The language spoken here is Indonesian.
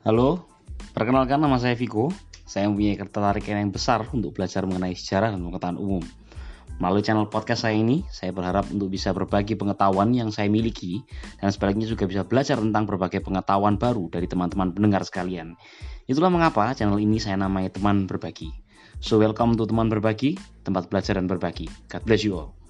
Halo, perkenalkan nama saya Viko. Saya mempunyai ketertarikan yang besar untuk belajar mengenai sejarah dan pengetahuan umum. Melalui channel podcast saya ini, saya berharap untuk bisa berbagi pengetahuan yang saya miliki dan sebaliknya juga bisa belajar tentang berbagai pengetahuan baru dari teman-teman pendengar sekalian. Itulah mengapa channel ini saya namai Teman Berbagi. So welcome to Teman Berbagi, tempat belajar dan berbagi. God bless you all.